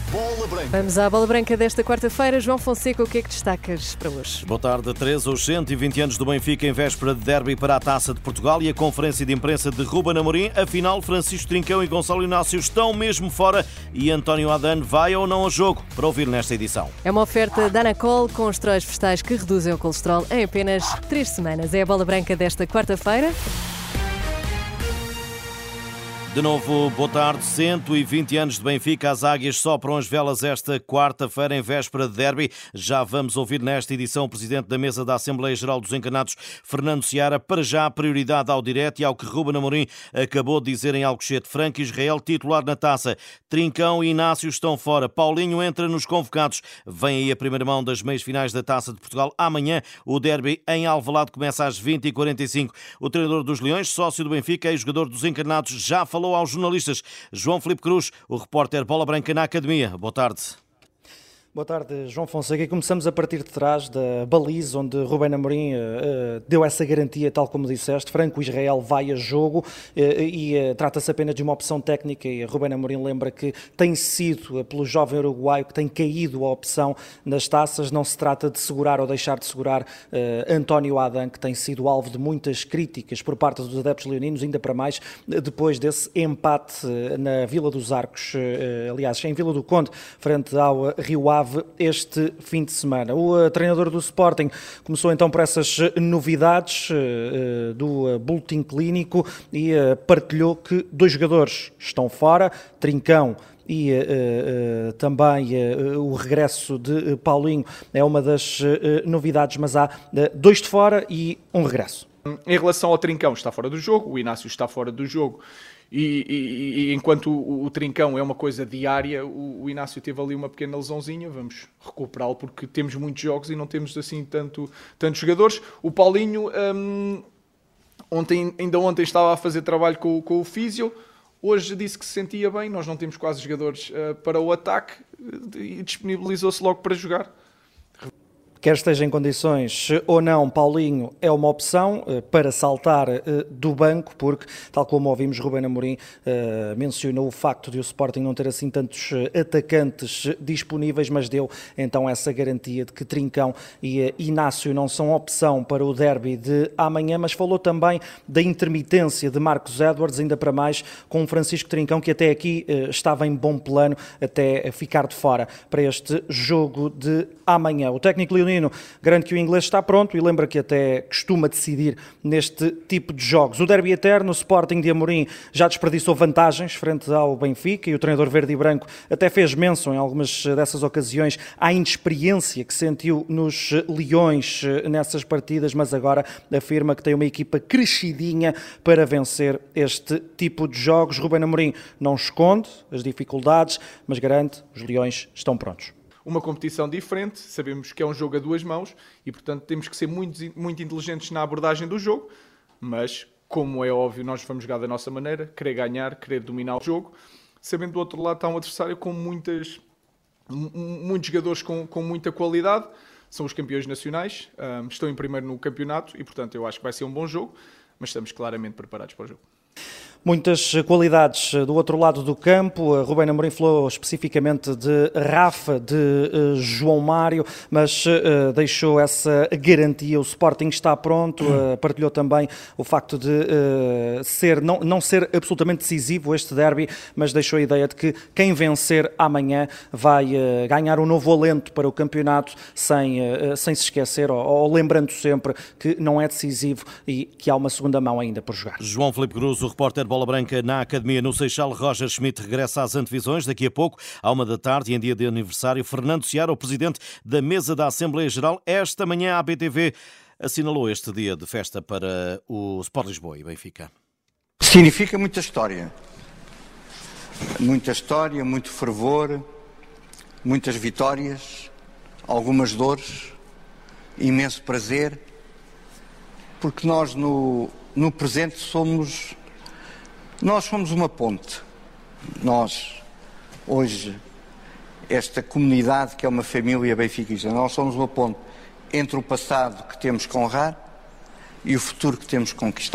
Bola Branca. Vamos à Bola Branca desta quarta-feira. João Fonseca, o que é que destacas para hoje? Boa tarde, Teresa. Os 120 anos do Benfica em véspera de derby para a Taça de Portugal e a conferência de imprensa de Ruben Amorim. Afinal, Francisco Trincão e Gonçalo Inácio estão mesmo fora e António Adán vai ou não ao jogo? Para ouvir nesta edição. É uma oferta da Anacol com esteróis vegetais que reduzem o colesterol em apenas 3 semanas. É a Bola Branca desta quarta-feira. De novo, boa tarde. 120 anos de Benfica. As águias sopram as velas esta quarta-feira em véspera de derby. Já vamos ouvir nesta edição o presidente da mesa da Assembleia Geral dos Encarnados, Fernando Seara. Para já, prioridade ao direto e ao que Ruben Amorim acabou de dizer em Alcochete. Franco Israel, titular na taça. Trincão e Inácio estão fora. Paulinho entra nos convocados. Vem aí a primeira mão das meias finais da Taça de Portugal. Amanhã, o derby em Alvalade começa às 20h45. O treinador dos Leões, sócio do Benfica e jogador dos Encarnados, já falou aos jornalistas. João Filipe Cruz, o repórter Bola Branca na Academia. Boa tarde. Boa tarde, João Fonseca. E começamos a partir de trás da baliza onde Ruben Amorim deu essa garantia, tal como disseste. Franco Israel vai a jogo e trata-se apenas de uma opção técnica e Ruben Amorim lembra que tem sido, pelo jovem uruguaio, que tem caído a opção nas taças. Não se trata de segurar ou deixar de segurar António Adán, que tem sido alvo de muitas críticas por parte dos adeptos leoninos, ainda para mais depois desse empate na Vila dos Arcos, aliás, em Vila do Conde, frente ao Rio Ave, este fim de semana. O treinador do Sporting começou então por essas novidades do boletim clínico e partilhou que 2 jogadores estão fora, Trincão e também o regresso de Paulinho é uma das novidades, mas há 2 de fora e um regresso. Em relação ao Trincão, está fora do jogo, o Inácio está fora do jogo. E enquanto o Trincão é uma coisa diária, o Inácio teve ali uma pequena lesãozinha, vamos recuperá-lo porque temos muitos jogos e não temos assim tantos jogadores. O Paulinho ainda ontem estava a fazer trabalho com o físio, hoje disse que se sentia bem, nós não temos quase jogadores para o ataque e disponibilizou-se logo para jogar. Quer esteja em condições ou não, Paulinho é uma opção para saltar do banco, porque, tal como ouvimos, Ruben Amorim mencionou o facto de o Sporting não ter assim tantos atacantes disponíveis, mas deu então essa garantia de que Trincão e Inácio não são opção para o derby de amanhã, mas falou também da intermitência de Marcos Edwards, ainda para mais com Francisco Trincão, que até aqui estava em bom plano até ficar de fora para este jogo de amanhã. O técnico leonino garante que o inglês está pronto e lembra que até costuma decidir neste tipo de jogos. O derby eterno, o Sporting de Amorim já desperdiçou vantagens frente ao Benfica e o treinador verde e branco até fez menção em algumas dessas ocasiões à inexperiência que sentiu nos Leões nessas partidas, mas agora afirma que tem uma equipa crescidinha para vencer este tipo de jogos. Ruben Amorim não esconde as dificuldades, mas garante que os Leões estão prontos. Uma competição diferente, sabemos que é um jogo a 2 mãos e, portanto, temos que ser muito inteligentes na abordagem do jogo, mas, como é óbvio, nós vamos jogar da nossa maneira, querer ganhar, querer dominar o jogo, sabendo do outro lado está um adversário com muitos jogadores com muita qualidade, são os campeões nacionais, estão em primeiro no campeonato e, portanto, eu acho que vai ser um bom jogo, mas estamos claramente preparados para o jogo. Muitas qualidades do outro lado do campo. Ruben Amorim falou especificamente de Rafa, de João Mário, mas deixou essa garantia. O Sporting está pronto, partilhou também o facto de não ser absolutamente decisivo este derby, mas deixou a ideia de que quem vencer amanhã vai ganhar um novo alento para o campeonato, sem se esquecer ou lembrando sempre que não é decisivo e que há uma segunda mão ainda por jogar. João Filipe Cruz, o repórter Bola Branca na Academia. No Seixal, Roger Schmidt regressa às antevisões daqui a pouco, à 1 da tarde, e em dia de aniversário, Fernando Seara, o presidente da mesa da Assembleia Geral, esta manhã a BTV assinalou este dia de festa para o Sport Lisboa e Benfica. Significa muita história, muito fervor, muitas vitórias, algumas dores, imenso prazer, porque nós no presente somos uma ponte. Nós, hoje, esta comunidade que é uma família benfiquista, nós somos uma ponte entre o passado que temos que honrar e o futuro que temos que conquistar.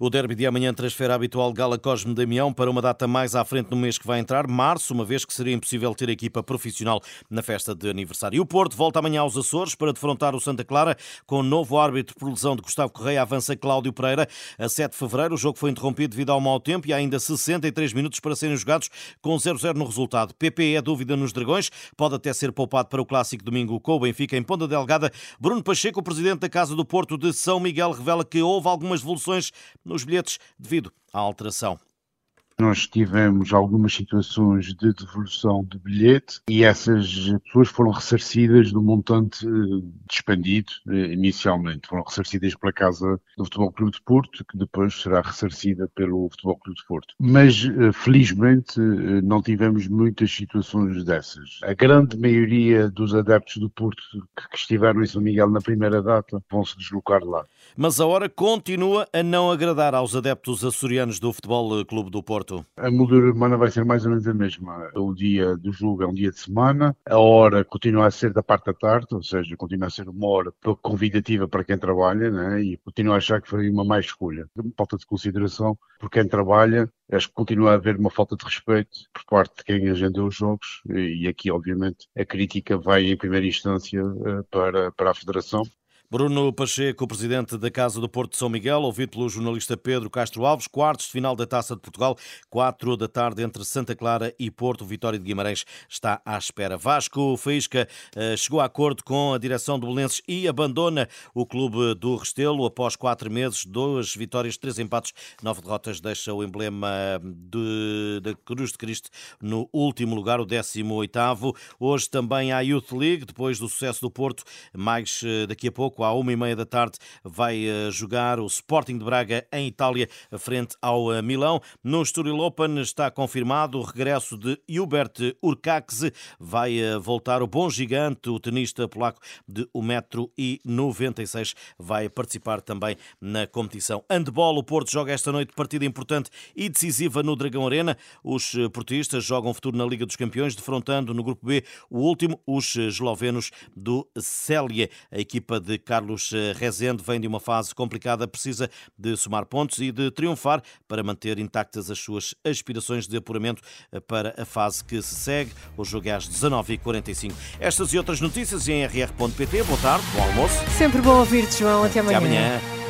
O derby de amanhã transfere a habitual Gala Cosme Damião para uma data mais à frente no mês que vai entrar, março, uma vez que seria impossível ter a equipa profissional na festa de aniversário. E o Porto volta amanhã aos Açores para defrontar o Santa Clara com o novo árbitro por lesão de Gustavo Correia, avança Cláudio Pereira. A 7 de fevereiro o jogo foi interrompido devido ao mau tempo e há ainda 63 minutos para serem jogados com 0-0 no resultado. PP é dúvida nos Dragões, pode até ser poupado para o clássico domingo com o Benfica em Ponta Delgada. Bruno Pacheco, o presidente da Casa do Porto de São Miguel, revela que houve algumas devoluções nos bilhetes devido à alteração. Nós tivemos algumas situações de devolução de bilhete e essas pessoas foram ressarcidas do montante despendido inicialmente. Foram ressarcidas pela Casa do Futebol Clube de Porto, que depois será ressarcida pelo Futebol Clube de Porto. Mas, felizmente, não tivemos muitas situações dessas. A grande maioria dos adeptos do Porto que estiveram em São Miguel na primeira data vão se deslocar lá. Mas a hora continua a não agradar aos adeptos açorianos do Futebol Clube do Porto. A moldura humana vai ser mais ou menos a mesma. O dia do jogo é um dia de semana, a hora continua a ser da parte da tarde, ou seja, continua a ser uma hora pouco convidativa para quem trabalha, né? E continua a achar que foi uma má escolha. Falta de consideração por quem trabalha, acho que continua a haver uma falta de respeito por parte de quem agendou os jogos e aqui, obviamente, a crítica vai em primeira instância para a Federação. Bruno Pacheco, presidente da Casa do Porto de São Miguel, ouvido pelo jornalista Pedro Castro Alves. Quartos de final da Taça de Portugal, 4 da tarde entre Santa Clara e Porto. Vitória de Guimarães está à espera. Vasco Faísca chegou a acordo com a direção do Belenenses e abandona o clube do Restelo após 4 meses, 2 vitórias, 3 empates, 9 derrotas. Deixa o emblema da Cruz de Cristo no último lugar, o 18º. Hoje também há Youth League, depois do sucesso do Porto. Mais daqui a pouco, à 1h30 da tarde, vai jogar o Sporting de Braga em Itália, frente ao Milão. No Estoril Open está confirmado o regresso de Hubert Hurkacz. Vai voltar o bom gigante, o tenista polaco de 1,96 m. Vai participar também na competição. Handball, o Porto joga esta noite partida importante e decisiva no Dragão Arena. Os portistas jogam futuro na Liga dos Campeões, defrontando no Grupo B o último, os eslovenos do Celje. A equipa de Carlos Rezende vem de uma fase complicada, precisa de somar pontos e de triunfar para manter intactas as suas aspirações de apuramento para a fase que se segue. O jogo é às 19h45. Estas e outras notícias em rr.pt. Boa tarde, bom almoço. Sempre bom ouvir-te, João. Até amanhã. Até amanhã.